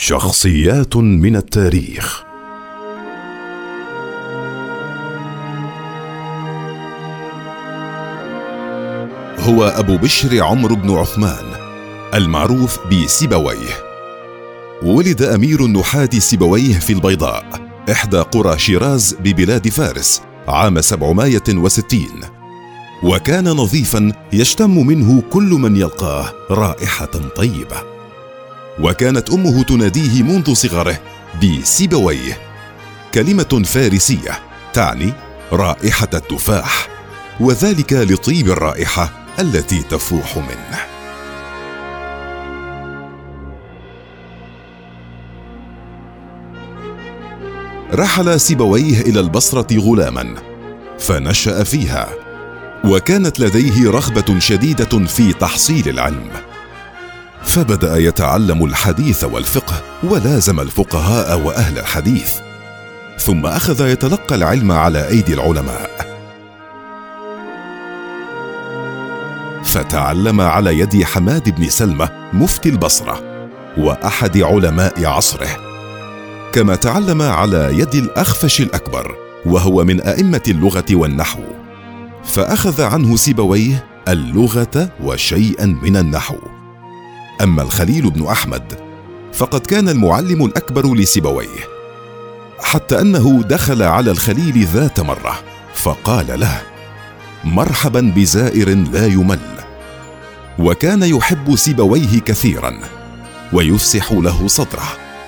شخصيات من التاريخ. هو أبو بشر عمرو بن عثمان المعروف بسيبويه. ولد أمير النحاة سيبويه في البيضاء إحدى قرى شيراز ببلاد فارس عام 760، وكان نظيفا يشتم منه كل من يلقاه رائحة طيبة. وكانت أمه تناديه منذ صغره بسيبويه، كلمة فارسية تعني رائحة التفاح، وذلك لطيب الرائحة التي تفوح منه. رحل سيبويه إلى البصرة غلاما فنشأ فيها، وكانت لديه رغبة شديدة في تحصيل العلم، فبدأ يتعلم الحديث والفقه ولازم الفقهاء وأهل الحديث، ثم أخذ يتلقى العلم على أيدي العلماء، فتعلم على يد حماد بن سلمة مفتي البصرة وأحد علماء عصره، كما تعلم على يد الأخفش الأكبر وهو من أئمة اللغة والنحو، فأخذ عنه سيبويه اللغة وشيئا من النحو. أما الخليل بن أحمد فقد كان المعلم الأكبر لسيبويه، حتى أنه دخل على الخليل ذات مرة فقال له: مرحبا بزائر لا يمل. وكان يحب سيبويه كثيرا ويفسح له صدره.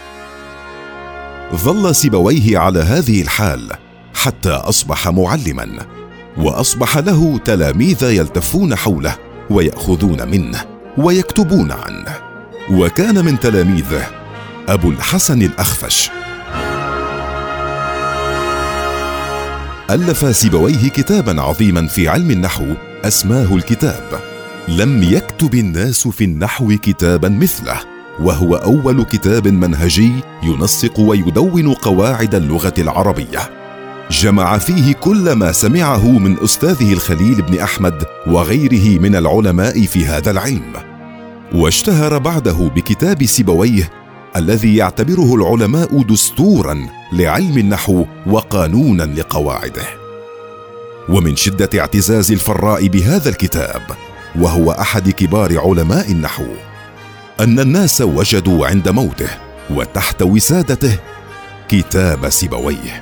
ظل سيبويه على هذه الحال حتى أصبح معلما، وأصبح له تلاميذ يلتفون حوله ويأخذون منه ويكتبون عنه. وكان من تلاميذه أبو الحسن الأخفش. ألف سيبويه كتابا عظيما في علم النحو أسماه الكتاب لم يكتب الناس في النحو كتابا مثله، وهو أول كتاب منهجي ينسق ويدون قواعد اللغة العربية، جمع فيه كل ما سمعه من أستاذه الخليل بن أحمد وغيره من العلماء في هذا العلم. واشتهر بعده بكتاب سيبويه الذي يعتبره العلماء دستورا لعلم النحو وقانونا لقواعده. ومن شدة اعتزاز الفراء بهذا الكتاب، وهو أحد كبار علماء النحو، أن الناس وجدوا عند موته وتحت وسادته كتاب سيبويه.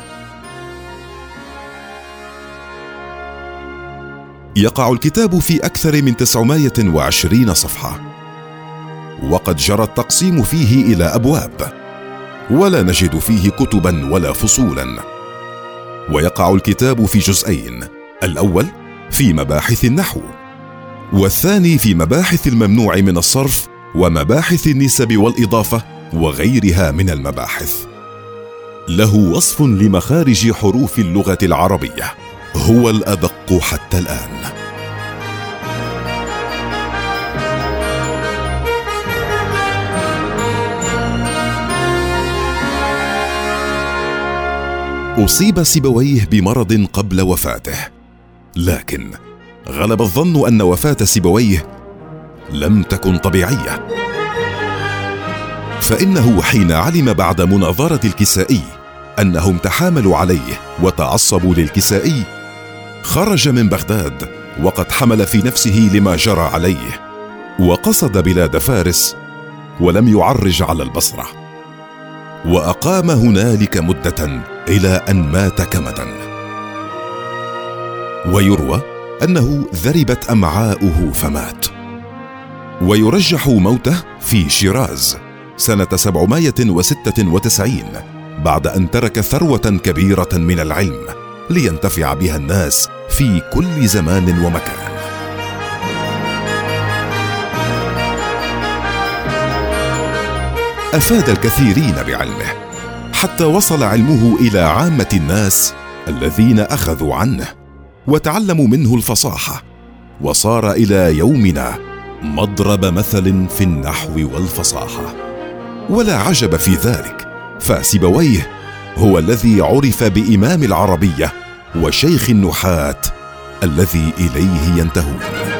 يقع الكتاب في أكثر من 920 صفحة، وقد جرى التقسيم فيه إلى أبواب، ولا نجد فيه كتبا ولا فصولا. ويقع الكتاب في جزئين: الأول في مباحث النحو، والثاني في مباحث الممنوع من الصرف ومباحث النسب والإضافة وغيرها من المباحث. له وصف لمخارج حروف اللغة العربية هو الأدق حتى الآن. أصيب سيبويه بمرض قبل وفاته، لكن غلب الظن أن وفاة سيبويه لم تكن طبيعية، فإنه حين علم بعد مناظرة الكسائي أنهم تحاملوا عليه وتعصبوا للكسائي، خرج من بغداد وقد حمل في نفسه لما جرى عليه، وقصد بلاد فارس ولم يعرج على البصرة، وأقام هنالك مدة إلى أن مات كمدا. ويروى أنه ذربت أمعاؤه فمات. ويرجح موته في شيراز سنة 796 بعد أن ترك ثروة كبيرة من العلم لينتفع بها الناس في كل زمان ومكان. أفاد الكثيرين بعلمه، حتى وصل علمه إلى عامة الناس الذين أخذوا عنه وتعلموا منه الفصاحة، وصار إلى يومنا مضرب مثل في النحو والفصاحة. ولا عجب في ذلك، فسيبويه هو الذي عرف بإمام العربية وشيخ النحاة الذي إليه ينتهون.